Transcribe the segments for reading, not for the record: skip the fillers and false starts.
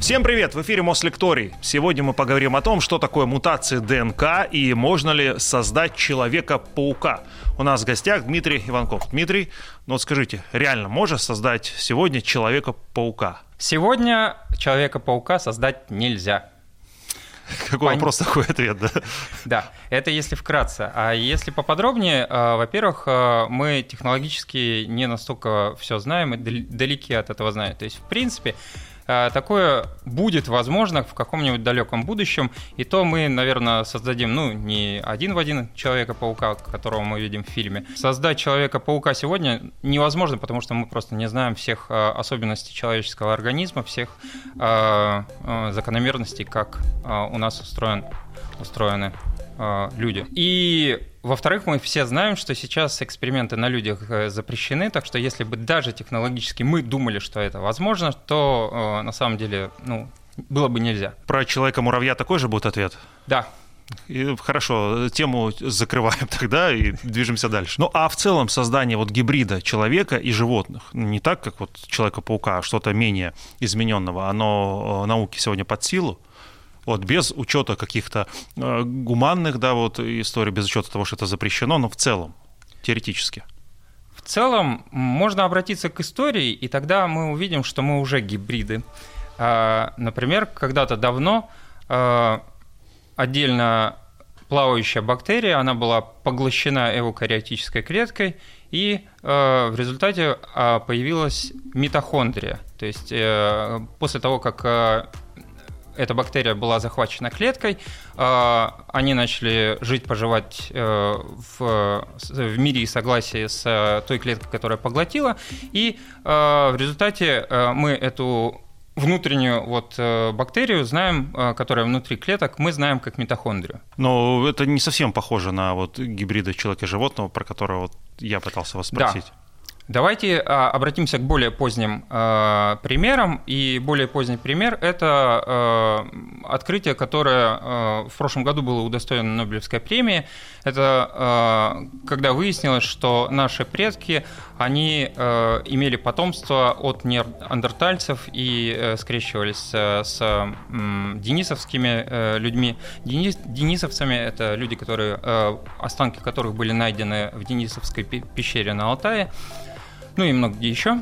Всем привет! В эфире Мослекторий. Сегодня мы поговорим о том, что такое мутации ДНК и можно ли создать Человека-паука. У нас в гостях Дмитрий Иванков. Дмитрий, ну вот скажите, реально можно создать сегодня Человека-паука? Сегодня Человека-паука создать нельзя. Какой вопрос, такой ответ, да? Да, это если вкратце. А если поподробнее, во-первых, мы технологически не настолько все знаем и далеки от этого знания. То есть, в принципе, такое будет возможно в каком-нибудь далеком будущем, и то мы, наверное, создадим, не один в один Человека-паука, которого мы видим в фильме. Создать Человека-паука сегодня невозможно, потому что мы просто не знаем всех особенностей человеческого организма, всех закономерностей, как у нас устроены люди. И, во-вторых, мы все знаем, что сейчас эксперименты на людях запрещены, так что если бы даже технологически мы думали, что это возможно, то на самом деле, было бы нельзя. Про Человека-муравья такой же будет ответ? Да. И, хорошо, тему закрываем тогда и движемся дальше. Ну, а в целом создание гибрида человека и животных, не так, как Человека-паука, а что-то менее измененного, оно науке сегодня под силу? Без учета каких-то гуманных, историй, без учета того, что это запрещено, но в целом, теоретически. В целом, можно обратиться к истории, и тогда мы увидим, что мы уже гибриды. Например, когда-то давно отдельно плавающая бактерия, она была поглощена эукариотической клеткой, и в результате появилась митохондрия. То есть после того, как эта бактерия была захвачена клеткой, они начали жить-поживать в мире и согласии с той клеткой, которая поглотила, и в результате мы эту внутреннюю бактерию знаем, которая внутри клеток, мы знаем как митохондрию. Но это не совсем похоже на гибрида человека и животного, про которого я пытался вас спросить. Да. Давайте обратимся к более поздним примерам. И более поздний пример – это открытие, которое в прошлом году было удостоено Нобелевской премии. Это когда выяснилось, что наши предки, они имели потомство от неандертальцев и скрещивались с денисовскими людьми. Денисовцами – это люди, останки которых были найдены в Денисовской пещере на Алтае. И много где еще.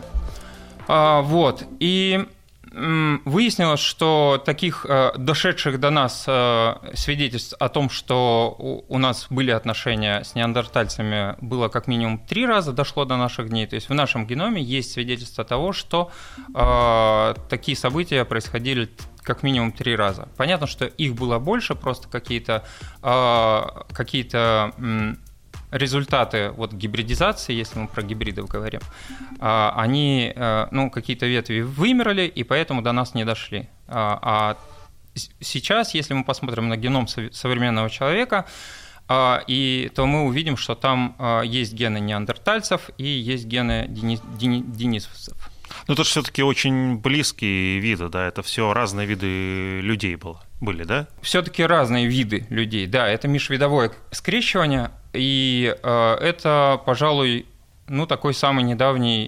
И выяснилось, что таких дошедших до нас свидетельств о том, что у нас были отношения с неандертальцами, было как минимум 3 раза, дошло до наших дней. То есть в нашем геноме есть свидетельство того, что такие события происходили как минимум 3 раза. Понятно, что их было больше, просто какие-то результаты гибридизации, если мы про гибридов говорим, они, какие-то ветви вымерли, и поэтому до нас не дошли. А сейчас, если мы посмотрим на геном современного человека, то мы увидим, что там есть гены неандертальцев и есть гены денисовцев. Это же все-таки очень близкие виды, да? Это все разные виды людей были, да? Все-таки разные виды людей, да. Это межвидовое скрещивание, и это, пожалуй, такой самый недавний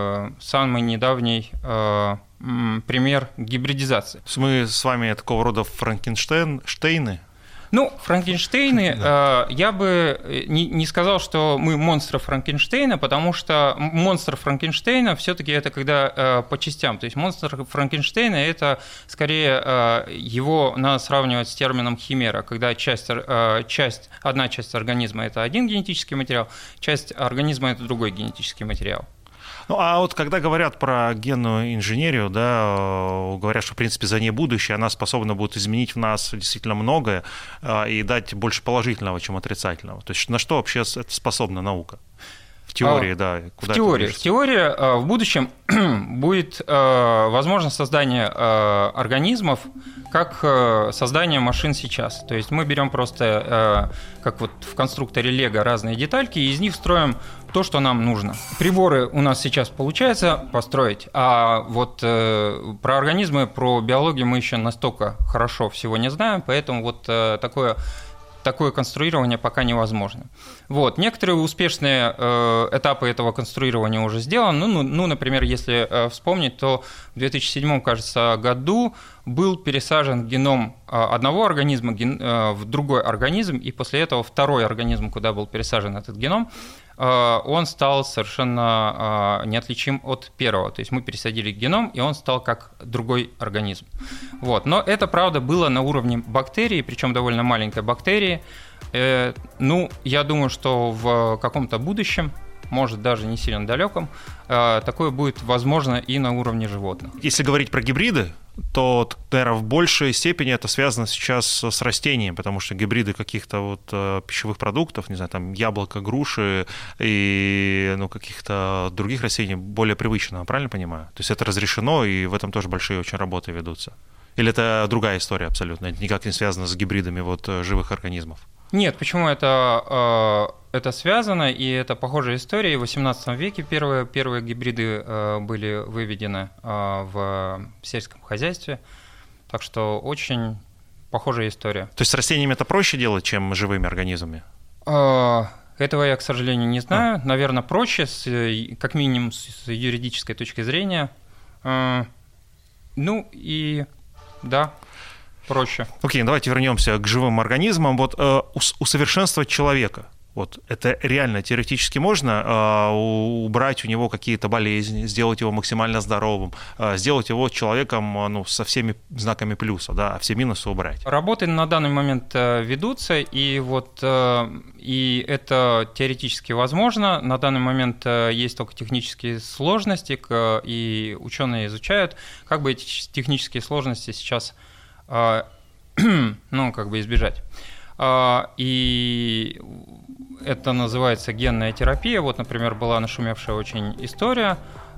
пример гибридизации. Мы с вами такого рода Франкенштейны? Франкенштейны, я бы не сказал, что мы монстры Франкенштейна, потому что монстр Франкенштейна все-таки это когда по частям. То есть монстр Франкенштейна это скорее его надо сравнивать с термином химера, когда одна часть организма это один генетический материал, часть организма это другой генетический материал. Когда говорят про генную инженерию, говорят, что, в принципе, за ней будущее, она способна будет изменить в нас действительно многое и дать больше положительного, чем отрицательного. То есть на что вообще это способна наука? В теории, Куда в теории в будущем будет возможно создание организмов, как создание машин сейчас. То есть мы берем просто, как в конструкторе Лего, разные детальки, и из них строим то, что нам нужно. Приборы у нас сейчас получается построить, а про организмы, про биологию мы еще настолько хорошо всего не знаем, поэтому такое конструирование пока невозможно. Некоторые успешные этапы этого конструирования уже сделаны. Например, если вспомнить, то в 2007, кажется, году был пересажен геном одного организма в другой организм, и после этого второй организм, куда был пересажен этот геном, он стал совершенно неотличим от первого. То есть мы пересадили геном, и он стал как другой организм. Вот. Но это, правда, было на уровне бактерии, причем довольно маленькой бактерии. Я думаю, что в каком-то будущем, может, даже не сильно далеком, такое будет возможно и на уровне животных. Если говорить про гибриды, то, наверное, в большей степени это связано сейчас с растением, потому что гибриды каких-то вот пищевых продуктов, не знаю, там яблоко, груши и каких-то других растений более привычно, правильно понимаю? То есть это разрешено, и в этом тоже большие очень работы ведутся. Или это другая история абсолютно, это никак не связано с гибридами вот живых организмов? Нет, почему это связано, и это похожая история. В XVIII веке первые гибриды были выведены в сельском хозяйстве, так что очень похожая история. То есть с растениями это проще делать, чем живыми организмами? Этого я, к сожалению, не знаю. Наверное, проще, как минимум с юридической точки зрения. Да. Проще. Окей, давайте вернемся к живым организмам. Вот усовершенствовать человека. Вот это реально теоретически можно убрать у него какие-то болезни, сделать его максимально здоровым, сделать его человеком со всеми знаками плюса, да, а все минусы убрать. Работы на данный момент ведутся, и это теоретически возможно. На данный момент есть только технические сложности, и ученые изучают, как бы эти технические сложности сейчас избежать. И это называется генная терапия. Вот, например, была нашумевшая очень история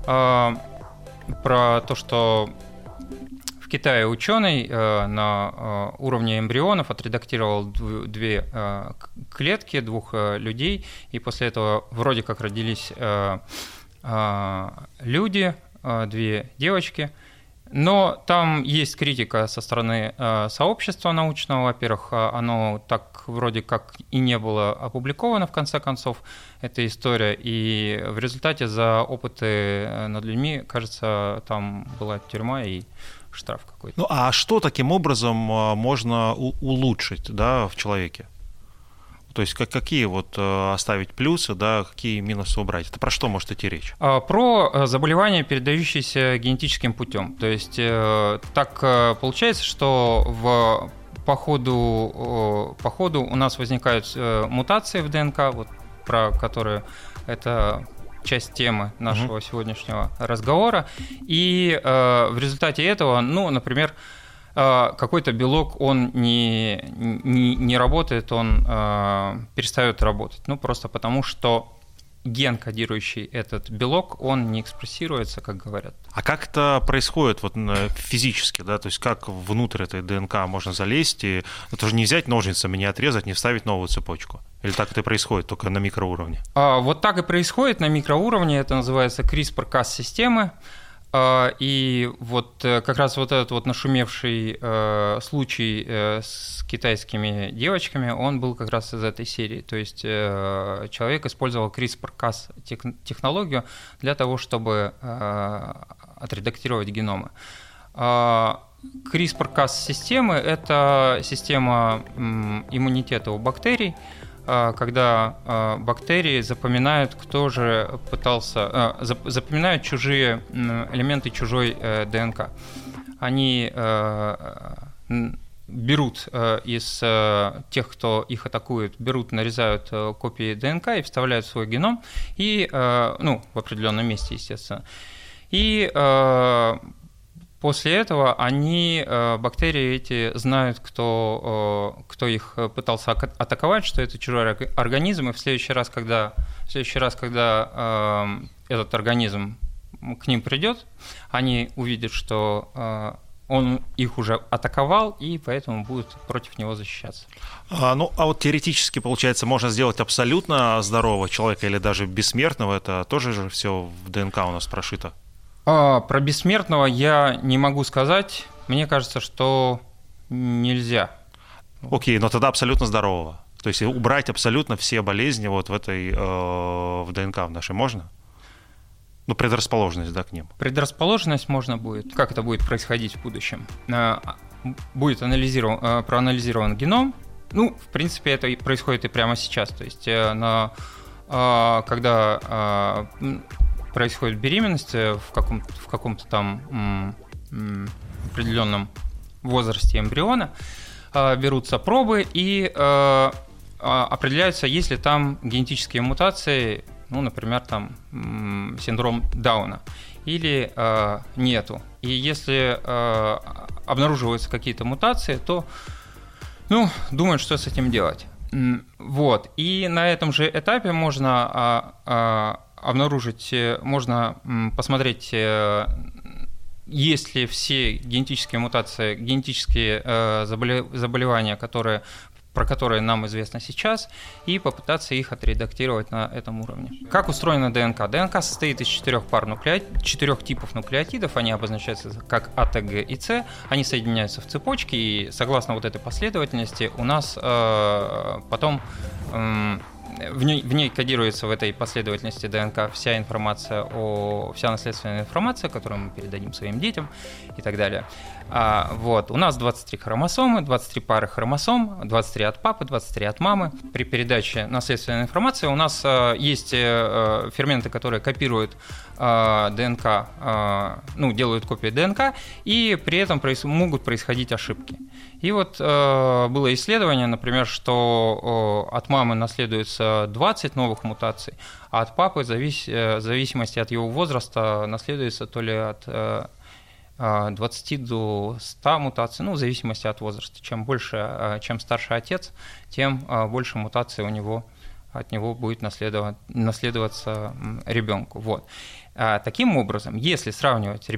про то, что в Китае ученый на уровне эмбрионов отредактировал две клетки двух людей, и после этого вроде как родились люди, две девочки. Но там есть критика со стороны сообщества научного. Во-первых, оно так вроде как и не было опубликовано в конце концов, эта история. И в результате за опыты над людьми, кажется, там была тюрьма и штраф какой-то. Ну а что таким образом можно улучшить, да, в человеке? То есть какие вот оставить плюсы, да, какие минусы убрать? Это про что может идти речь? Про заболевания, передающиеся генетическим путем. То есть так получается, что по ходу у нас возникают мутации в ДНК, вот, про которые это часть темы нашего сегодняшнего разговора. И в результате этого, например, какой-то белок, он не работает, он перестает работать. Просто потому, что ген, кодирующий этот белок, он не экспрессируется, как говорят. А как это происходит вот физически, да? То есть как внутрь этой ДНК можно залезть? И это же не взять ножницами, не отрезать, не вставить новую цепочку. Или так это и происходит, только на микроуровне? Вот так и происходит на микроуровне. Это называется CRISPR-Cas-системы. И вот как раз вот этот вот нашумевший случай с китайскими девочками, он был как раз из этой серии. То есть человек использовал CRISPR-Cas технологию для того, чтобы отредактировать геномы. CRISPR-Cas-системы – это система иммунитета у бактерий, когда бактерии запоминают, запоминают чужие элементы чужой ДНК. Они берут из тех, кто их атакует, нарезают копии ДНК и вставляют в свой геном, и, в определенном месте, естественно. И после этого бактерии эти знают, кто их пытался атаковать, что это чужой организм, и в следующий раз, когда этот организм к ним придет, они увидят, что он их уже атаковал, и поэтому будут против него защищаться. А вот теоретически, получается, можно сделать абсолютно здорового человека или даже бессмертного, это тоже же все в ДНК у нас прошито? Про бессмертного я не могу сказать. Мне кажется, что нельзя. Окей, но тогда абсолютно здорового. То есть убрать абсолютно все болезни вот в ДНК в нашей можно? Ну, предрасположенность, да, к ним. Предрасположенность можно будет, как это будет происходить в будущем. Будет проанализирован геном. Ну, в принципе, это и происходит и прямо сейчас. То есть, когда происходит беременность в каком-то там определенном возрасте эмбриона, берутся пробы и определяются, есть ли там генетические мутации, ну, например, там синдром Дауна, или нету. И если обнаруживаются какие-то мутации, то, ну, думают, что с этим делать. Вот. И на этом же этапе можно обнаружить, можно посмотреть, есть ли все генетические мутации, генетические заболевания, про которые нам известно сейчас, и попытаться их отредактировать на этом уровне. Как устроена ДНК? ДНК состоит из 4 типов нуклеотидов, они обозначаются как А, Т, Г и С, они соединяются в цепочке, и согласно вот этой последовательности у нас потом в ней кодируется в этой последовательности ДНК вся наследственная информация, которую мы передадим своим детям и так далее. Вот. У нас 23 хромосомы, 23 пары хромосом, 23 от папы, 23 от мамы. При передаче наследственной информации у нас есть ферменты, которые копируют ДНК, ну, делают копии ДНК, и при этом могут происходить ошибки. И вот было исследование, например, что от мамы наследуется 20 новых мутаций, а от папы в зависимости от его возраста наследуется то ли от 20 до 100 мутаций, ну, в зависимости от возраста. Чем старше отец, тем больше мутаций от него будет наследоваться ребенку. Вот. Таким образом, если сравнивать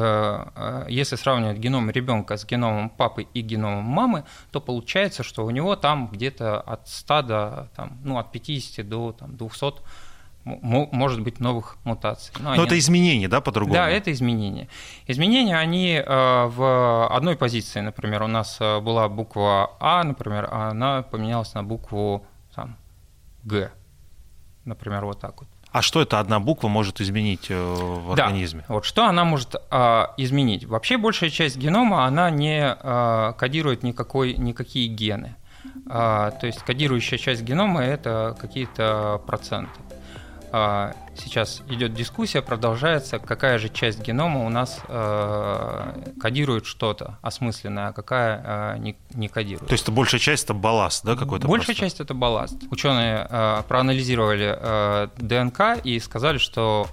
геном ребенка с геномом папы и геномом мамы, то получается, что у него там где-то от 100 до, от 50 до 200 может быть новых мутаций. Но это изменения, да, по-другому? Да, это изменения. Изменения, они в одной позиции, например, у нас была буква А, например, а она поменялась на букву Г, например, вот так вот. А что эта одна буква может изменить в организме? Вот что она может изменить? Вообще большая часть генома, она не кодирует никакие гены. То есть кодирующая часть генома – это какие-то проценты. Сейчас идет дискуссия, продолжается, какая же часть генома у нас кодирует что-то осмысленное, а какая не кодирует. То есть большая часть – это балласт, да, какой-то? Большая часть – это балласт. Ученые проанализировали ДНК и сказали, что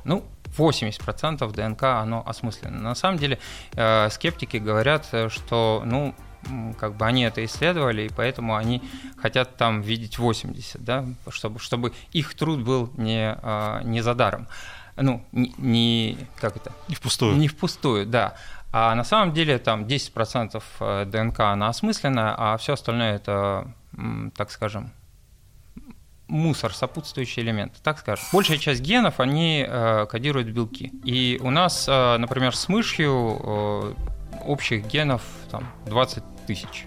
80% ДНК оно осмысленно. На самом деле скептики говорят, что они это исследовали, и поэтому они хотят там видеть 80, да, чтобы их труд был не за даром. Не впустую. Не впустую, да. А на самом деле там 10% ДНК она осмысленная, а все остальное это, так скажем, мусор, сопутствующий элемент, так скажем. Большая часть генов, они кодируют белки. И у нас, например, с мышью общих генов 20 тысяч.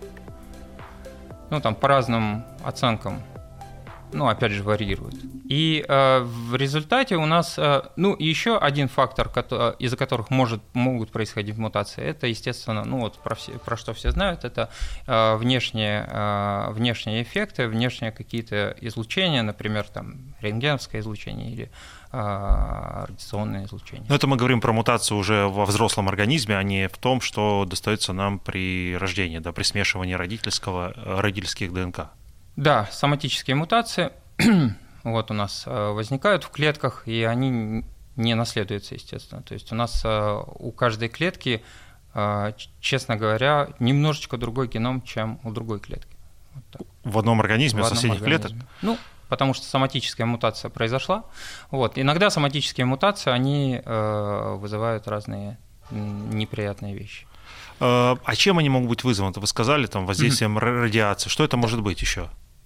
По разным оценкам, опять же, варьирует. И в результате у нас, еще один фактор, из-за которых могут происходить мутации, это, естественно, про что все знают, это внешние эффекты, внешние какие-то излучения, например, рентгеновское излучение или радиационное излучение. Но это мы говорим про мутацию уже во взрослом организме, а не в том, что достается нам при рождении, да, при смешивании родительских ДНК. Да, соматические мутации вот у нас возникают в клетках, и они не наследуются, естественно. То есть у нас у каждой клетки, честно говоря, немножечко другой геном, чем у другой клетки. Вот так. В одном организме, в соседних клеток? Потому что соматическая мутация произошла. Вот. Иногда соматические мутации, они вызывают разные неприятные вещи. А чем они могут быть вызваны? Вы сказали, воздействием радиации. Что это может быть еще?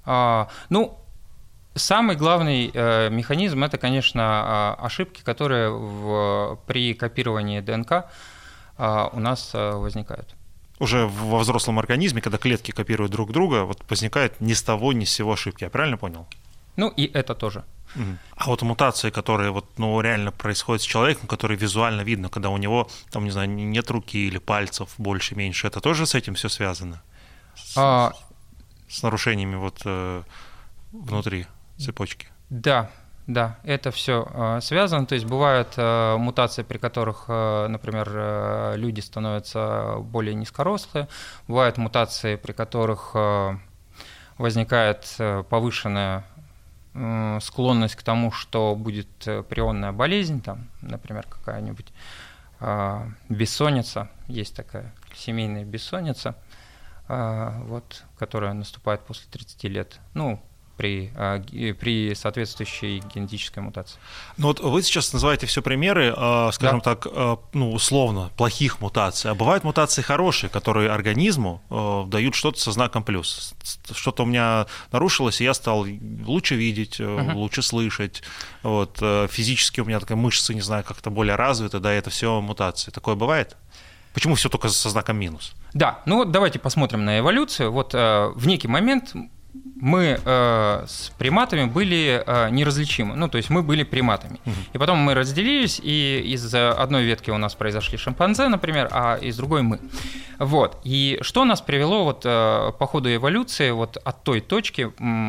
Самый главный механизм – это, конечно, ошибки, которые при копировании ДНК у нас возникают. Уже во взрослом организме, когда клетки копируют друг друга, возникает ни с того, ни с сего ошибки. Я правильно понял? И это тоже. А вот мутации, которые вот, ну, реально происходят с человеком, который визуально видно, когда у него, там, не знаю, нет руки или пальцев больше-меньше, это тоже с этим все связано? С нарушениями вот внутри цепочки? Да, это все связано. То есть бывают мутации, при которых, например, люди становятся более низкорослые, бывают мутации, при которых возникает повышенная склонность к тому, что будет прионная болезнь, там, например, какая-нибудь бессонница, есть такая семейная бессонница, вот, которая наступает после 30 лет, ну, при соответствующей генетической мутации. Ну вот вы сейчас называете все примеры, скажем так, ну, условно, плохих мутаций. А бывают мутации хорошие, которые организму дают что-то со знаком плюс. Что-то у меня нарушилось, и я стал лучше видеть, лучше слышать. Вот, физически у меня такая мышцы, не знаю, как-то более развиты, да, это все мутации. Такое бывает? Почему все только со знаком минус? Да, ну вот давайте посмотрим на эволюцию. Вот в некий момент мы с приматами были неразличимы, ну, то есть мы были приматами. И потом мы разделились, и из одной ветки у нас произошли шимпанзе, например, а из другой мы. Вот. И что нас привело вот по ходу эволюции вот от той точки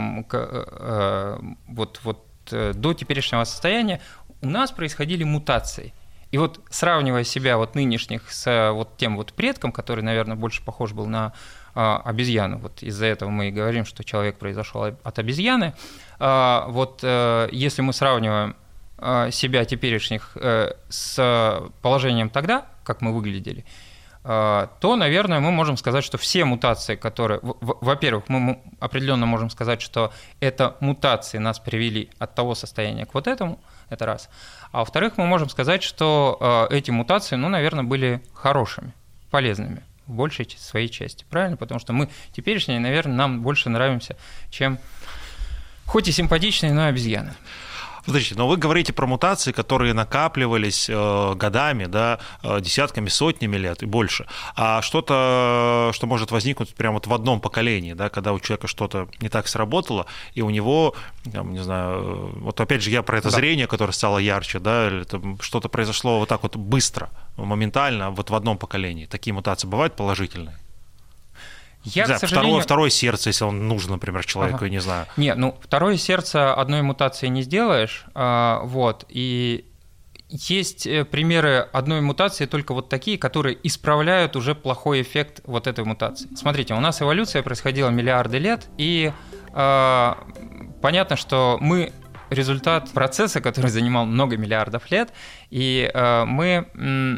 до теперешнего состояния у нас происходили мутации. И вот сравнивая себя вот нынешних с вот тем вот предком, который, наверное, больше похож был на обезьяну, вот из-за этого мы и говорим, что человек произошел от обезьяны, вот если мы сравниваем себя теперешних с положением тогда, как мы выглядели, то, наверное, мы можем сказать, что все мутации, которые... Во-первых, мы определенно можем сказать, что это мутации нас привели от того состояния к вот этому, это раз. А во-вторых, мы можем сказать, что эти мутации, ну, наверное, были хорошими, полезными в большей своей части. Правильно? Потому что мы теперешние, наверное, нам больше нравимся, чем хоть и симпатичные, но и обезьяны. Подождите, но вы говорите про мутации, которые накапливались годами, да, десятками, сотнями лет и больше. А что-то, что может возникнуть прямо вот в одном поколении, да, когда у человека что-то не так сработало, и у него, там, не знаю, вот опять же я про это зрение, которое стало ярче, да, или там что-то произошло вот так вот быстро, моментально, вот в одном поколении. Такие мутации бывают положительные? К сожалению... второе сердце, если он нужен, например, человеку, я не знаю. Нет, ну, второе сердце одной мутации не сделаешь, вот, и есть примеры одной мутации только вот такие, которые исправляют уже плохой эффект вот этой мутации. Смотрите, у нас эволюция происходила миллиарды лет, и понятно, что мы результат процесса, который занимал много миллиардов лет, и мы,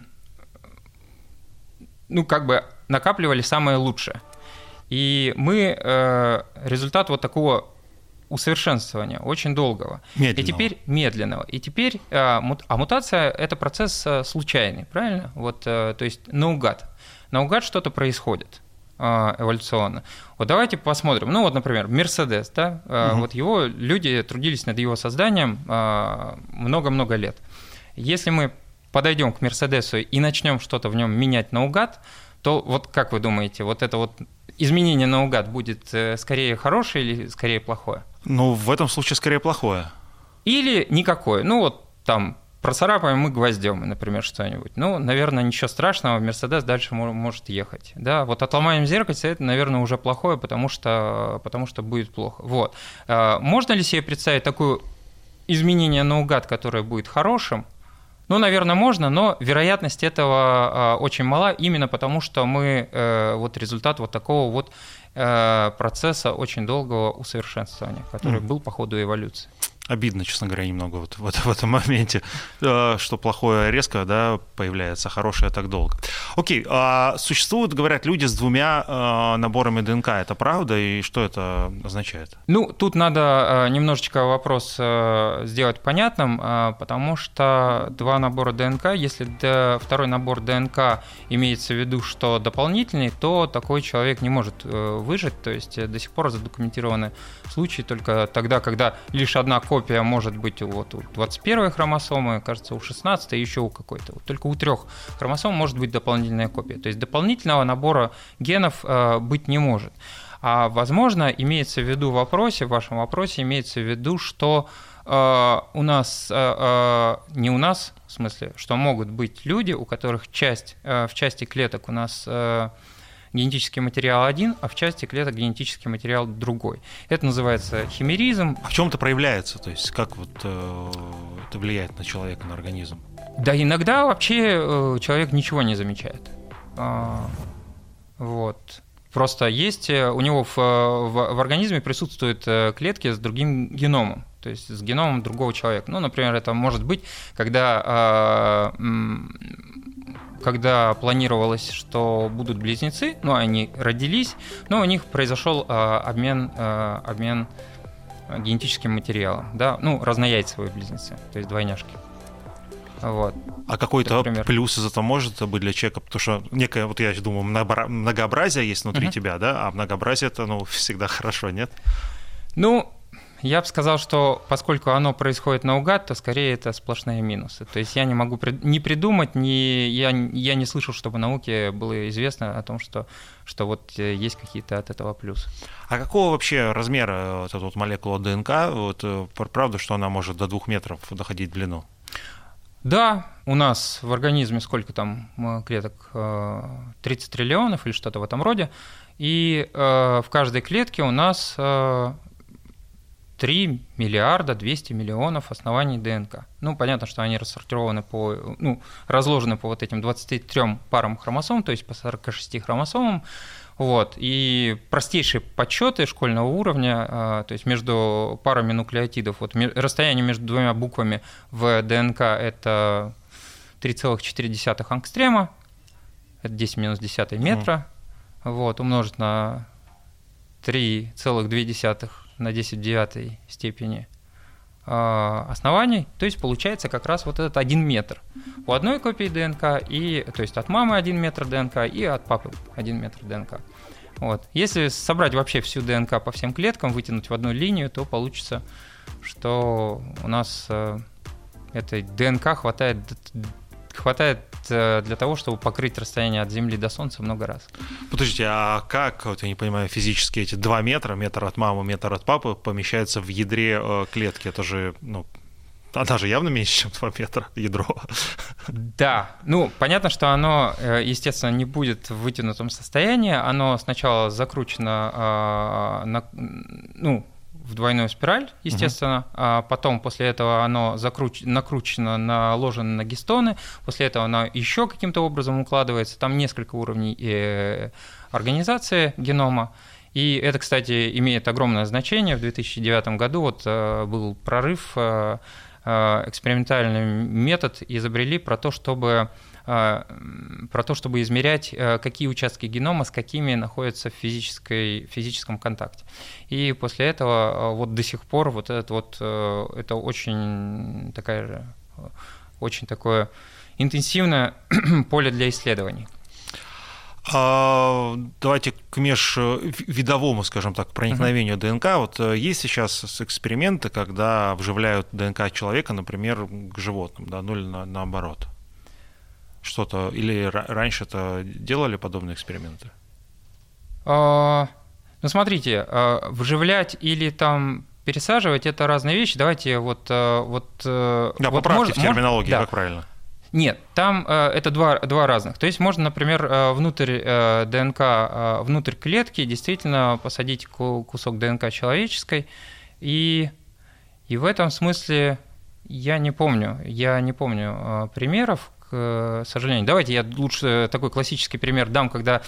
ну, как бы накапливали самое лучшее. И мы результат вот такого усовершенствования, очень долгого. Медленного. И теперь медленного. И теперь, мутация – это процесс случайный, правильно? Вот, то есть наугад. Наугад что-то происходит эволюционно. Вот давайте посмотрим. Ну вот, например, Мерседес, да? Вот его люди трудились над его созданием много-много лет. Если мы подойдем к Мерседесу и начнем что-то в нем менять наугад, то вот как вы думаете, вот это вот изменение наугад будет скорее хорошее или скорее плохое? Ну, в этом случае скорее плохое. Или никакое. Ну, вот там процарапаем мы гвоздем, например, что-нибудь. Ну, наверное, ничего страшного, Мерседес дальше может ехать. Да, вот отломаем зеркальце, это, наверное, уже плохое, потому что будет плохо. Вот. Можно ли себе представить такое изменение наугад, которое будет хорошим? Ну, наверное, можно, но вероятность этого очень мала, именно потому что мы вот результат вот такого вот процесса очень долгого усовершенствования, который был по ходу эволюции. Обидно, честно говоря, немного вот в этом моменте, что плохое резко, да, появляется, а хорошее так долго. Окей, существуют, говорят, люди с двумя наборами ДНК, это правда, и что это означает? Ну, тут надо немножечко вопрос сделать понятным, потому что два набора ДНК, если второй набор ДНК имеется в виду, что дополнительный, то такой человек не может выжить, то есть до сих пор задокументированы случаи только тогда, когда лишь одна копия может быть вот у 21-й хромосомы, кажется, у 16-й, еще у какой-то. Вот только у 3 хромосом может быть дополнительная копия. То есть дополнительного набора генов быть не может. А возможно, имеется в виду в вашем вопросе имеется в виду, что у нас, не у нас, в смысле, что могут быть люди, у которых в части клеток у нас генетический материал один, а в части клеток генетический материал другой. Это называется химеризм. А в чем это проявляется? То есть как вот это влияет на человека, на организм? Да, иногда вообще человек ничего не замечает. Вот. Просто есть у него в организме присутствуют клетки с другим геномом, то есть с геномом другого человека. Ну, например, это может быть, когда планировалось, что будут близнецы, ну, они родились, но у них произошел обмен генетическим материалом, да, ну, разнояйцевые близнецы, то есть двойняшки. Вот. А какой-то плюс из этого может быть для человека? Потому что некое, вот я думаю, многообразие есть внутри тебя, да, а многообразие это, ну, всегда хорошо, нет? Ну, я бы сказал, что поскольку оно происходит наугад, то скорее это сплошные минусы. То есть я не могу не придумать, я не слышал, чтобы науке было известно о том, что вот есть какие-то от этого плюсы. А какого вообще размера вот эта вот молекула ДНК? Вот, правда, что она может до 2 метров доходить в длину? Да, у нас в организме сколько там клеток? 30 триллионов или что-то в этом роде. И в каждой клетке у нас 3 миллиарда 200 миллионов оснований ДНК. Ну, понятно, что они рассортированы разложены по вот этим 23 парам хромосом, то есть по 46 хромосомам. Вот. И простейшие подсчеты школьного уровня, то есть между парами нуклеотидов, вот расстояние между двумя буквами в ДНК – это 3,4 ангстрема, это 10⁻⁻10 метра, вот, умножить на 3,2 на 10 в 9 степени оснований, то есть получается как раз вот этот 1 метр. У одной копии ДНК, то есть от мамы 1 метр ДНК и от папы 1 метр ДНК. Вот. Если собрать вообще всю ДНК по всем клеткам, вытянуть в одну линию, то получится, что у нас этой ДНК хватает для того, чтобы покрыть расстояние от Земли до Солнца много раз. Подождите, а как, вот я не понимаю, физически эти 2 метра, метр от мамы, метр от папы, помещаются в ядре клетки? Это же, ну, она же явно меньше, чем 2 метра, ядро. Да, ну, понятно, что оно, естественно, не будет в вытянутом состоянии, оно сначала закручено, в двойную спираль, естественно, а потом после этого оно накручено, наложено на гистоны, после этого оно еще каким-то образом укладывается, там несколько уровней организации генома, и это, кстати, имеет огромное значение. В 2009 году вот был прорыв, экспериментальный метод изобрели про то, чтобы измерять, какие участки генома с какими находятся в физическом контакте. И после этого вот до сих пор вот это очень такое интенсивное поле для исследований. Давайте к межвидовому, скажем так, проникновению ДНК. Вот есть сейчас эксперименты, когда вживляют ДНК человека, например, к животным, да, ну или наоборот. Что-то, или раньше это делали подобные эксперименты? Ну, смотрите, вживлять или там пересаживать – это разные вещи. Давайте поправьте в терминологии, как правильно. Нет, там это два разных. То есть можно, например, внутрь ДНК, внутрь клетки действительно посадить кусок ДНК человеческой, и в этом смысле я не помню примеров, к сожалению. Давайте я лучше такой классический пример дам, когда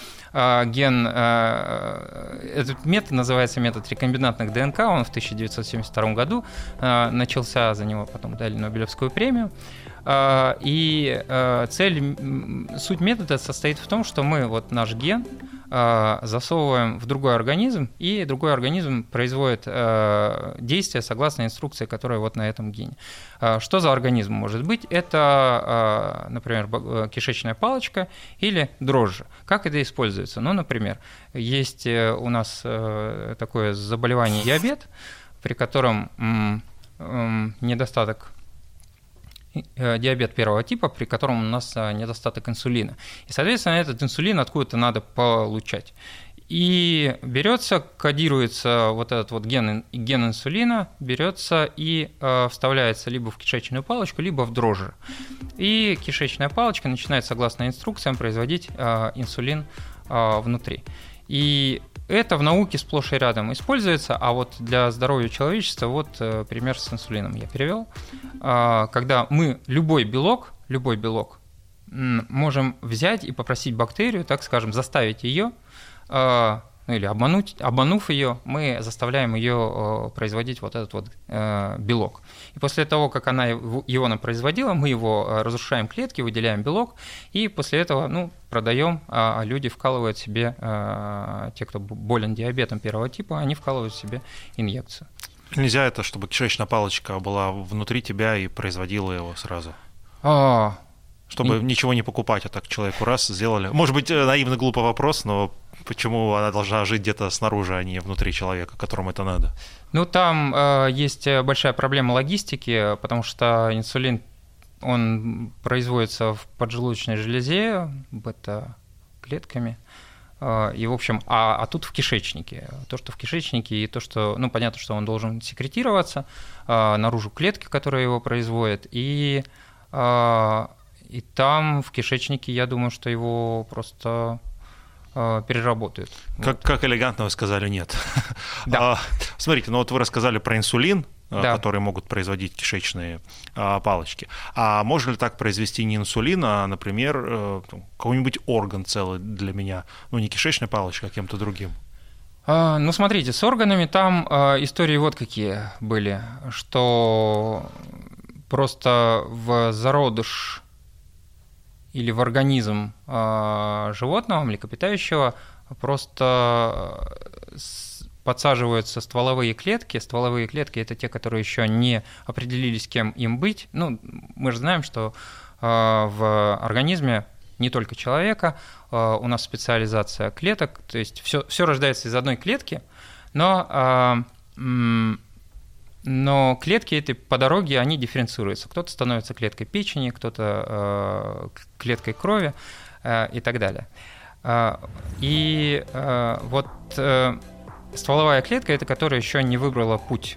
этот метод называется метод рекомбинантных ДНК, он в 1972 году начался, за него потом дали Нобелевскую премию. И суть метода состоит в том, что мы вот наш ген засовываем в другой организм, и другой организм производит действия согласно инструкции, которая вот на этом гене. Что за организм может быть? Это, например, кишечная палочка или дрожжи. Как это используется? Ну, например, есть у нас такое заболевание диабет, при котором диабет первого типа, при котором у нас недостаток инсулина. И, соответственно, этот инсулин откуда-то надо получать. И берется, кодируется вот этот вот ген инсулина, берется и вставляется либо в кишечную палочку, либо в дрожжи. И кишечная палочка начинает, согласно инструкциям, производить инсулин внутри. И это в науке сплошь и рядом используется, а вот для здоровья человечества вот пример с инсулином я привел. Когда мы любой белок можем взять и попросить бактерию, так скажем, заставить ее, или обманув ее, мы заставляем ее производить вот этот вот белок. И после того, как она его нам производила, мы его разрушаем клетки, выделяем белок, и после этого продаем, а люди вкалывают себе, те, кто болен диабетом первого типа, они вкалывают себе инъекцию. Нельзя это, чтобы кишечная палочка была внутри тебя и производила его сразу? Чтобы ничего не покупать, а так человеку раз сделали. Может быть, наивно глупый вопрос, но почему она должна жить где-то снаружи, а не внутри человека, которому это надо? Там есть большая проблема логистики, потому что инсулин, он производится в поджелудочной железе, бета-клетками, и, в общем, а тут в кишечнике. То, что в кишечнике, и то, что, понятно, что он должен секретироваться, наружу клетки, которые его производят, и там, в кишечнике, я думаю, что его просто переработают. Как элегантно вы сказали «нет». Да. Смотрите, вот вы рассказали про инсулин, которые могут производить кишечные палочки. А можно ли так произвести не инсулин, а, например, какой-нибудь орган целый для меня? Не кишечная палочка, а кем-то другим. Смотрите, с органами там истории вот какие были, что просто в зародыш или в организм животного, млекопитающего, просто подсаживаются стволовые клетки. Стволовые клетки – это те, которые еще не определились, кем им быть. Мы же знаем, что в организме не только человека у нас специализация клеток, то есть все рождается из одной клетки, но клетки эти по дороге, они дифференцируются. Кто-то становится клеткой печени, кто-то клеткой крови и так далее. И вот стволовая клетка – это которая еще не выбрала путь,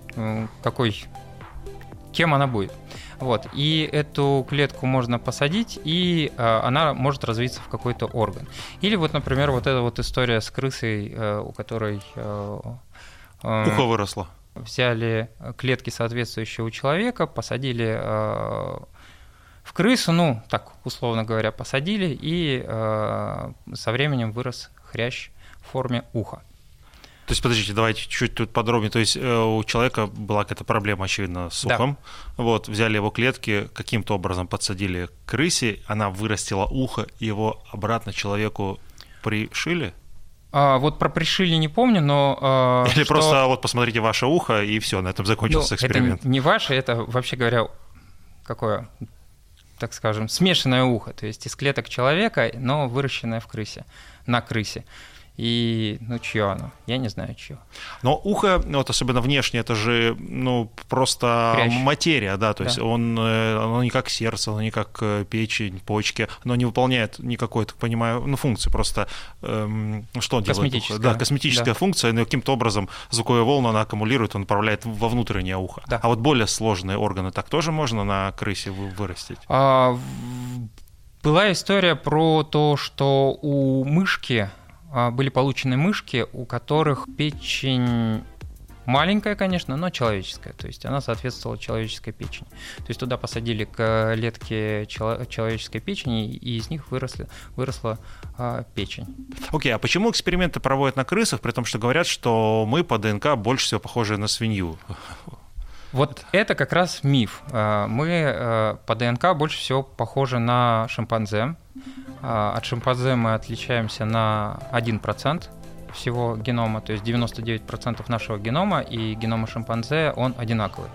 кем она будет. И эту клетку можно посадить, и она может развиться в какой-то орган. Или например, эта история с крысой, у которой ухо выросло. Взяли клетки, соответствующие у человека, посадили в крысу, так условно говоря, посадили, и со временем вырос хрящ в форме уха. То есть, подождите, давайте чуть тут подробнее. То есть у человека была какая-то проблема, очевидно, с ухом. Да. Взяли его клетки, каким-то образом подсадили к крысе, она вырастила ухо, и его обратно человеку пришили? Про пришили не помню, но... Или просто посмотрите ваше ухо, и все, на этом закончился эксперимент. Это не ваше, это, вообще говоря, какое, так скажем, смешанное ухо, то есть из клеток человека, но выращенное в крысе, на крысе. И, чье оно? Я не знаю, чье. Но ухо, особенно внешне, это же, просто хрящ. Материя, да, то есть оно не как сердце, оно не как печень, почки, оно не выполняет никакой, так понимаю, функции, просто что он делает? Да, косметическая функция, но каким-то образом звуковые волны она аккумулирует, он направляет во внутреннее ухо. Да. А более сложные органы так тоже можно на крысе вырастить? Была история про то, что у мышки были получены мышки, у которых печень маленькая, конечно, но человеческая, то есть она соответствовала человеческой печени. То есть туда посадили клетки человеческой печени, и из них выросла печень. Окей, а почему эксперименты проводят на крысах, при том, что говорят, что мы по ДНК больше всего похожи на свинью? Это как раз миф. Мы по ДНК больше всего похожи на шимпанзе. От шимпанзе мы отличаемся на 1% всего генома, то есть 99% нашего генома и генома шимпанзе, он одинаковый.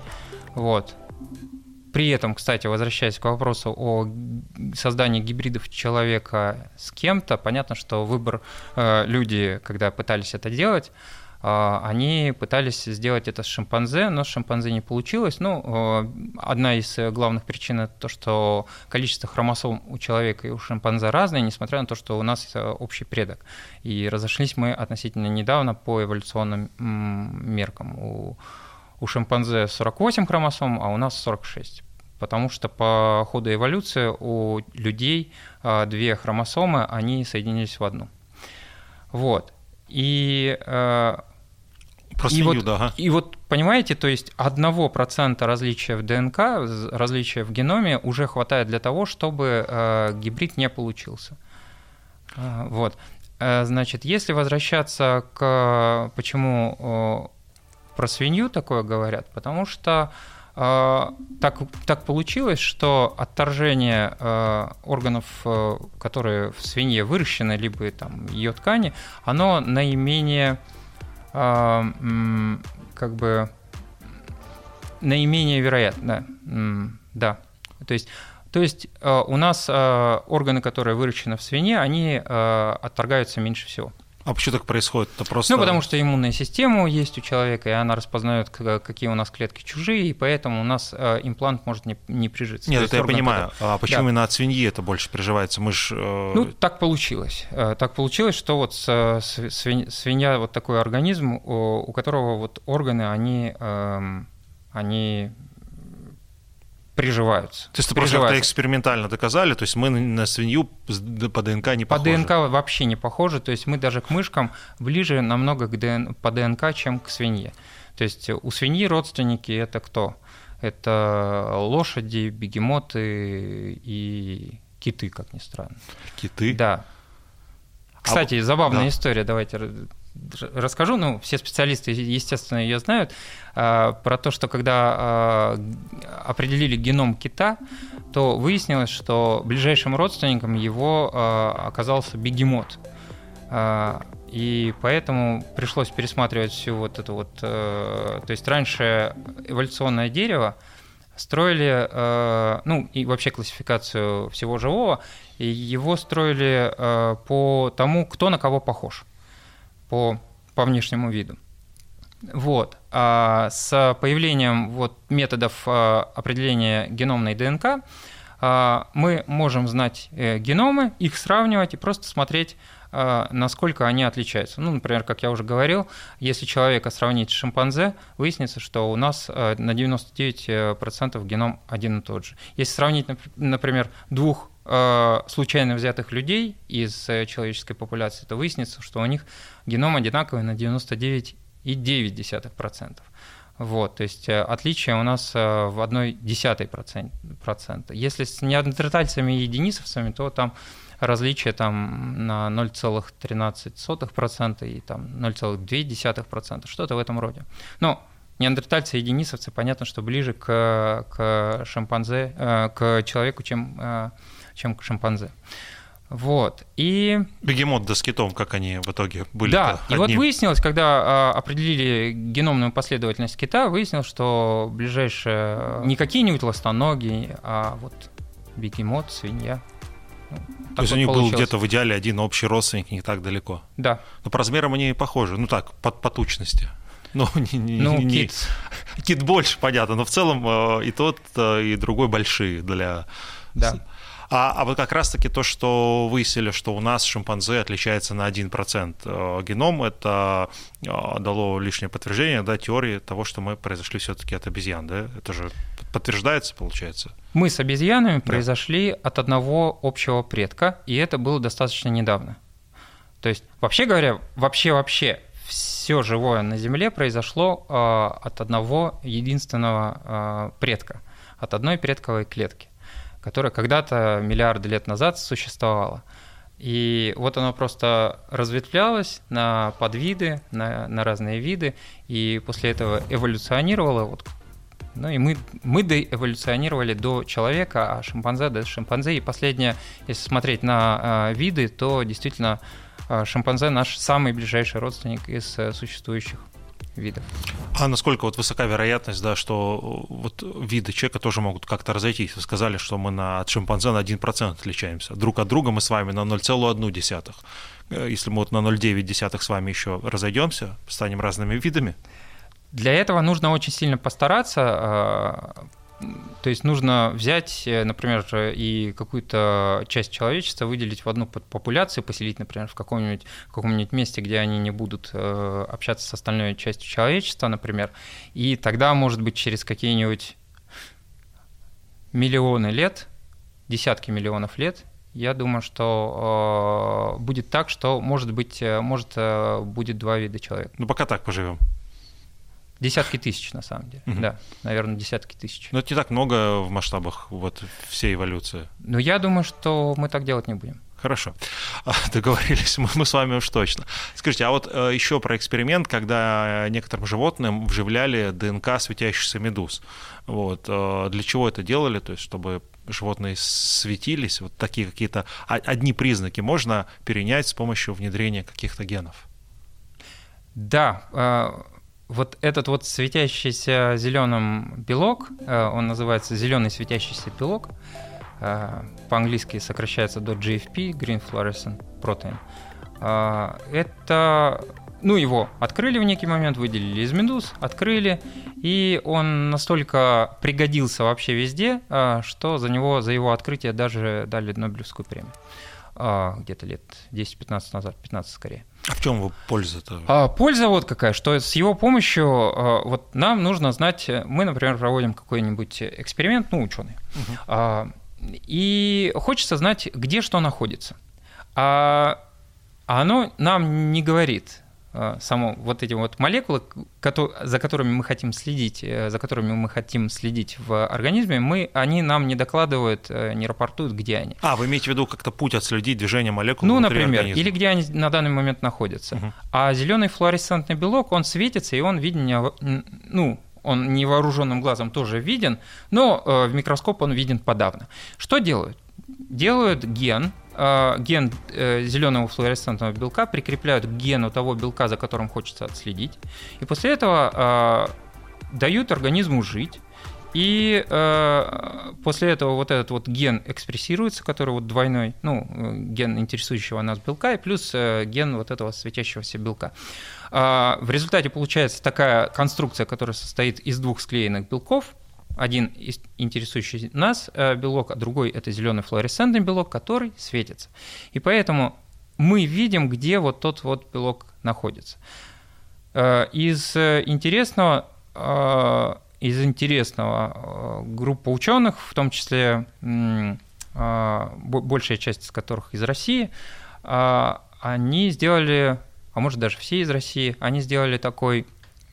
При этом, кстати, возвращаясь к вопросу о создании гибридов человека с кем-то, понятно, что люди, когда пытались это делать, они пытались сделать это с шимпанзе, но с шимпанзе не получилось. Одна из главных причин – это то, что количество хромосом у человека и у шимпанзе разное, несмотря на то, что у нас общий предок. И разошлись мы относительно недавно по эволюционным меркам. У шимпанзе 48 хромосом, а у нас 46. Потому что по ходу эволюции у людей 2 хромосомы, они соединились в одну. Вот. И вот, понимаете, то есть 1% различия в ДНК, различия в геноме уже хватает для того, чтобы гибрид не получился. Вот. Значит, если возвращаться к почему про свинью такое говорят, потому что так получилось, что отторжение органов, которые в свинье выращены, либо там ее ткани, оно наименее вероятно. Да. То есть у нас органы, которые выращены в свинье, они отторгаются меньше всего. А почему так происходит? Это просто... потому что иммунная система есть у человека, и она распознает, какие у нас клетки чужие, и поэтому у нас имплант может не прижиться. Нет, это я понимаю. А почему именно от свиньи это больше приживается? Мы ж... так получилось. Так получилось, что вот свинья вот такой организм, у которого вот органы, они приживаются. То есть просто это экспериментально доказали, то есть мы на свинью по ДНК не похожи? По ДНК вообще не похожи, то есть мы даже к мышкам ближе намного по ДНК, чем к свинье. То есть у свиньи родственники – это кто? Это лошади, бегемоты и киты, как ни странно. Киты? Да. Кстати, забавная история, давайте расскажу. Все специалисты, естественно, ее знают, про то, что когда определили геном кита, то выяснилось, что ближайшим родственником его оказался бегемот. И поэтому пришлось пересматривать всю вот эту вот... То есть раньше эволюционное дерево строили, и вообще классификацию всего живого, и его строили по тому, кто на кого похож, по внешнему виду. Вот. А с появлением методов определения геномной ДНК мы можем знать геномы, их сравнивать и просто смотреть, насколько они отличаются. Например, как я уже говорил, если человека сравнить с шимпанзе, выяснится, что у нас на 99% геном один и тот же. Если сравнить, например, 2 случайно взятых людей из человеческой популяции, то выяснится, что у них геном одинаковый на 99,9%. Вот, то есть отличие у нас в 0,1%. Если с неандертальцами и денисовцами, то там различие на 0,13% и 0,2%, что-то в этом роде. Но неандертальцы и денисовцы, понятно, что ближе к шимпанзе, к человеку, чем к шимпанзе. Вот. И... Бегемот да с китом, как они в итоге были? Да, и вот выяснилось, когда определили геномную последовательность кита, выяснилось, что ближайшие не какие-нибудь ластоногие, а вот бегемот, свинья. То есть у них был где-то в идеале один общий родственник, не так далеко. Да. Но по размерам они похожи, по тучности. Кит. Кит больше, понятно, но в целом и тот, и другой большие для... Да. А вот как раз-таки то, что выяснили, что у нас шимпанзе отличается на 1% геном, это дало лишнее подтверждение, теории того, что мы произошли все-таки от обезьян, да? Это же подтверждается, получается? Мы с обезьянами произошли от одного общего предка, и это было достаточно недавно. То есть, вообще говоря, вообще все живое на Земле произошло от одного единственного предка, от одной предковой клетки, которая когда-то миллиарды лет назад существовала. И вот оно просто разветвлялось на подвиды, на разные виды, и после этого эволюционировало. И мы доэволюционировали до человека, а шимпанзе до шимпанзе. И последнее, если смотреть на виды, то действительно шимпанзе наш самый ближайший родственник из существующих видов. А насколько вот высока вероятность, да, что вот виды человека тоже могут как-то разойтись? Вы сказали, что мы от шимпанзе на 1% отличаемся. Друг от друга мы с вами на 0,1. Если мы вот на 0,9 с вами еще разойдемся, станем разными видами? Для этого нужно очень сильно постараться. То есть нужно взять, например, и какую-то часть человечества выделить в одну популяцию, поселить, например, в каком-нибудь месте, где они не будут общаться с остальной частью человечества, например, и тогда, может быть, через какие-нибудь миллионы лет, десятки миллионов лет, я думаю, что будет так, что, может будет два вида человека. Ну, пока так поживем. Десятки тысяч, на самом деле. Да, наверное, десятки тысяч. Но это не так много в масштабах вот всей эволюции. Но я думаю, что мы так делать не будем. Хорошо, договорились мы с вами уж точно. Скажите, а вот еще про эксперимент, когда некоторым животным вживляли ДНК светящихся медуз. Вот. Для чего это делали? То есть, чтобы животные светились, вот такие какие-то одни признаки можно перенять с помощью внедрения каких-то генов? Да, вот этот вот светящийся зеленым белок, он называется зеленый светящийся белок, по-английски сокращается до GFP, Green Fluorescent Protein. Это, его открыли в некий момент, выделили из медуз, открыли, и он настолько пригодился вообще везде, что за его открытие даже дали Нобелевскую премию. Где-то лет 10-15 назад, 15 скорее. А в чем его польза-то? Польза вот какая, что с его помощью вот нам нужно знать, мы, например, проводим какой-нибудь эксперимент, ученые, и хочется знать, где что находится. А оно нам не говорит. Само вот эти вот молекулы, за которыми мы хотим следить в организме, они нам не докладывают, не рапортуют, где они. Вы имеете в виду как-то путь отследить движение молекул внутри например, организма? Или где они на данный момент находятся. А зеленый флуоресцентный белок, он светится, и он виден, он невооруженным глазом тоже виден, но в микроскоп он виден подавно. Что делают? Делают ген зеленого флуоресцентного белка, прикрепляют к гену того белка, за которым хочется отследить, и после этого дают организму жить, и после этого вот этот вот ген экспрессируется, который вот двойной, ген интересующего нас белка, и плюс ген вот этого светящегося белка. В результате получается такая конструкция, которая состоит из двух склеенных белков. Один интересующий нас белок, а другой – это зеленый флуоресцентный белок, который светится. И поэтому мы видим, где вот тот вот белок находится. Из интересного группа ученых, в том числе большая часть из которых из России, они сделали, а может даже все из России, они сделали такой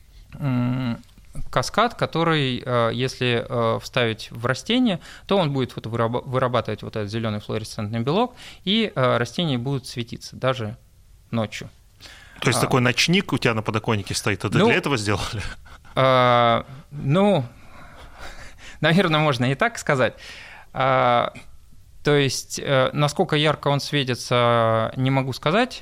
каскад, который, если вставить в растение, то он будет вырабатывать вот этот зеленый флуоресцентный белок, и растения будут светиться даже ночью. То есть такой ночник у тебя на подоконнике стоит, это для этого сделали? Наверное, можно и так сказать. То есть, насколько ярко он светится, не могу сказать,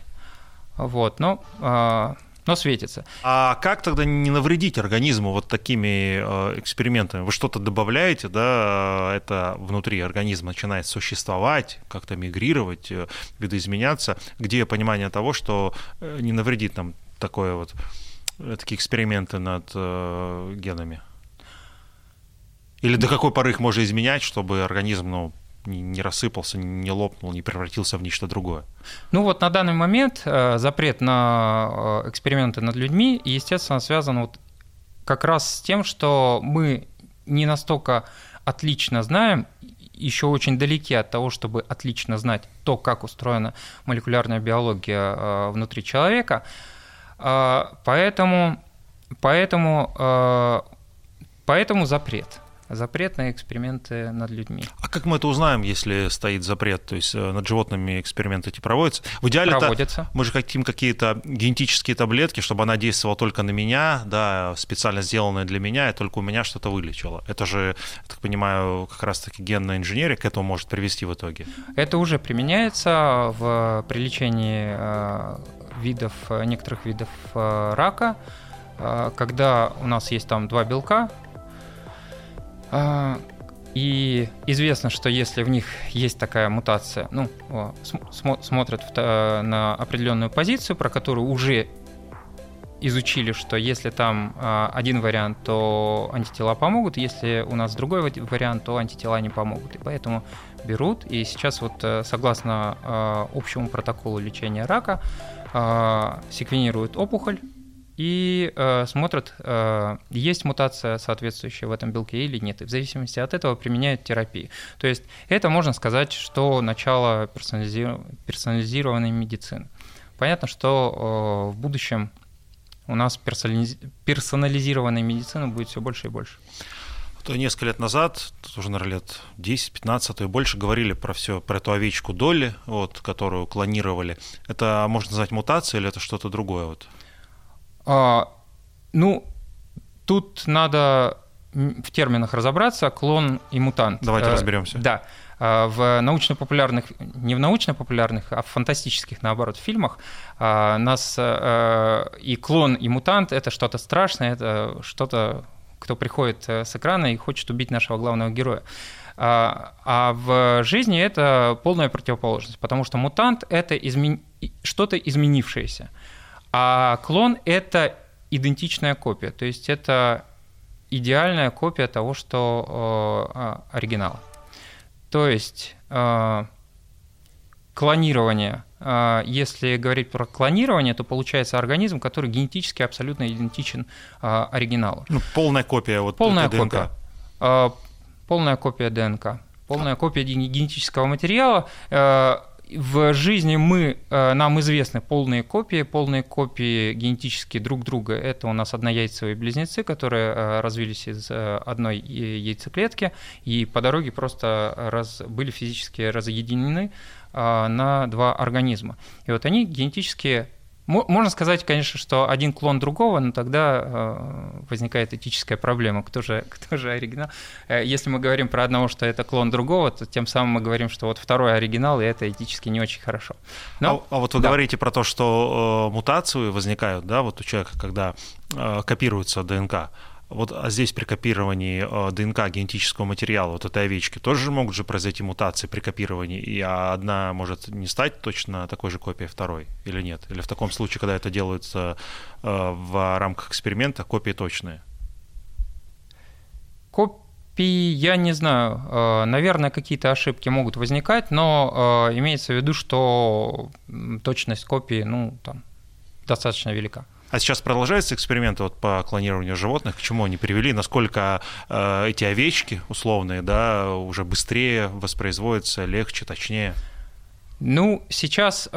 но светится. А как тогда не навредить организму вот такими экспериментами? Вы что-то добавляете, да, это внутри организма начинает существовать, как-то мигрировать, видоизменяться. Где понимание того, что не навредит нам такие эксперименты над генами? Или до какой поры их можно изменять, чтобы организм, не рассыпался, не лопнул, не превратился в нечто другое? На данный момент запрет на эксперименты над людьми, естественно, связан как раз с тем, что мы не настолько отлично знаем, еще очень далеки от того, чтобы отлично знать то, как устроена молекулярная биология внутри человека. Поэтому запрет. Запрет на эксперименты над людьми. А как мы это узнаем, если стоит запрет? То есть над животными эксперименты эти проводятся? В идеале проводятся. Мы же хотим какие-то генетические таблетки, чтобы она действовала только на меня, да, специально сделанная для меня, и только у меня что-то вылечило. Это же, я так понимаю, как раз-таки генная инженерия к этому может привести в итоге. Это уже применяется при лечении некоторых видов рака. когда у нас есть там два белка, и известно, что если в них есть такая мутация, смотрят на определенную позицию, про которую уже изучили, что если там один вариант, то антитела помогут, если у нас другой вариант, то антитела не помогут. И поэтому берут, и сейчас вот согласно общему протоколу лечения рака секвенируют опухоль и смотрят, есть мутация соответствующая в этом белке или нет. И в зависимости от этого применяют терапию. То есть это, можно сказать, что начало персонализированной медицины. Понятно, что в будущем у нас персонализированной медицины будет все больше и больше. То несколько лет назад, тут уже, наверное, лет 10-15, а то и больше, говорили про эту овечку Долли, вот, которую клонировали. Это можно назвать мутацией или это что-то другое? Тут надо в терминах разобраться, клон и мутант. Давайте разберемся. Да. В научно-популярных, не в научно-популярных, а в фантастических, наоборот, фильмах нас и клон, и мутант — это что-то страшное, это что-то, кто приходит с экрана и хочет убить нашего главного героя. А в жизни это полная противоположность, потому что мутант — это что-то изменившееся, а клон — это идентичная копия, то есть это идеальная копия того, что оригинала. То есть клонирование, если говорить про клонирование, то получается организм, который генетически абсолютно идентичен оригиналу. Полная копия полная ДНК. Копия. Полная копия ДНК. Полная копия генетического материала. В жизни нам известны полные копии генетически друг друга. Это у нас однояйцевые близнецы, которые развились из одной яйцеклетки и по дороге просто были физически разъединены на два организма. И вот они генетически... Можно сказать, конечно, что один клон другого, но тогда возникает этическая проблема. Кто же оригинал? Если мы говорим про одного, что это клон другого, то тем самым мы говорим, что вот второй оригинал, и это этически не очень хорошо. А вот вы говорите про то, что мутации возникают, да, вот у человека, когда копируется ДНК. А здесь при копировании ДНК генетического материала вот этой овечки тоже могут же произойти мутации при копировании, и одна может не стать точно такой же копией второй или нет? Или в таком случае, когда это делается в рамках эксперимента, копии точные? Копии я не знаю. Наверное, какие-то ошибки могут возникать, но имеется в виду, что точность копии достаточно велика. А сейчас продолжаются эксперименты по клонированию животных, к чему они привели, насколько эти овечки условные, да, уже быстрее воспроизводятся, легче, точнее? Сейчас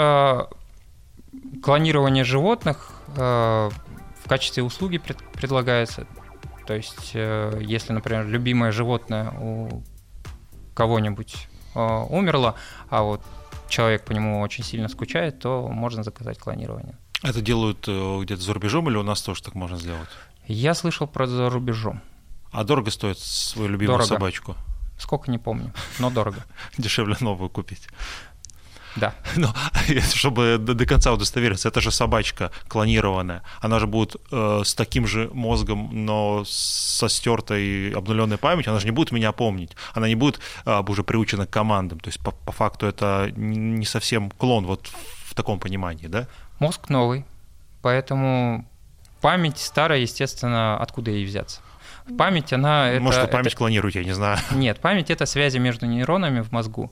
клонирование животных в качестве услуги предлагается. То есть, если, например, любимое животное у кого-нибудь умерло, а вот человек по нему очень сильно скучает, то можно заказать клонирование. Это делают где-то за рубежом или у нас тоже так можно сделать? Я слышал про за рубежом. А дорого стоит свою любимую собачку? Сколько, не помню, но дорого. Дешевле новую купить. Да. Но чтобы до конца удостовериться, это же собачка клонированная. Она же будет с таким же мозгом, но со стертой обнуленной памятью. Она же не будет меня помнить. Она не будет уже приучена к командам. То есть по факту это не совсем клон вот в таком понимании, да? Мозг новый, поэтому память старая, естественно, откуда ей взяться? Память, она... Может, вы память клонируете, я не знаю. Нет, память — это связи между нейронами в мозгу,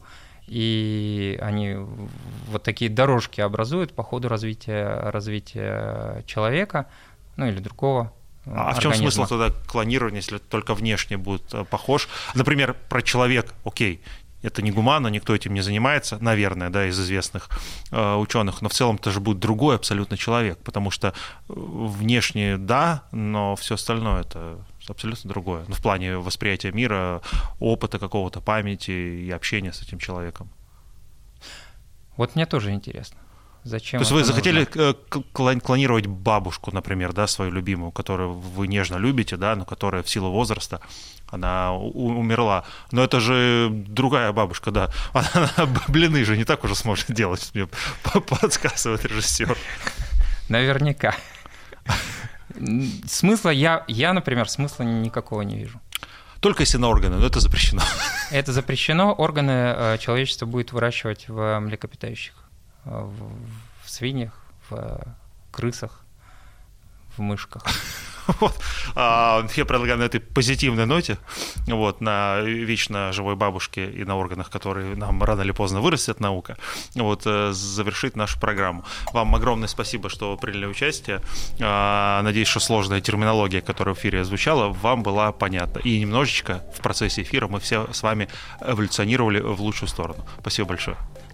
и они вот такие дорожки образуют по ходу развития человека, или другого организма. В чем смысл тогда клонирования, если только внешне будет похож? Например, про человека, окей, это не гуманно, никто этим не занимается, наверное, да, из известных ученых, но в целом это же будет другой абсолютно человек, потому что внешне да, но все остальное это абсолютно другое. В плане восприятия мира, опыта какого-то, памяти и общения с этим человеком. Вот мне тоже интересно. Зачем? То есть вы захотели клонировать бабушку, например, да, свою любимую, которую вы нежно любите, да, но которая в силу возраста, она умерла. Но это же другая бабушка, да. Она блины же не так уже сможет делать, мне подсказывает режиссер. Наверняка. Смысла я, например, смысла никакого не вижу. Только если на органы, но это запрещено. Это запрещено. Органы человечество будет выращивать в млекопитающих, в свиньях, в крысах, в мышках. Вот. Я предлагаю на этой позитивной ноте, вот, на вечно живой бабушке и на органах, которые нам рано или поздно вырастет наука, вот, завершить нашу программу. Вам огромное спасибо, что приняли участие. Надеюсь, что сложная терминология, которая в эфире звучала, вам была понятна. И немножечко в процессе эфира мы все с вами эволюционировали в лучшую сторону. Спасибо большое.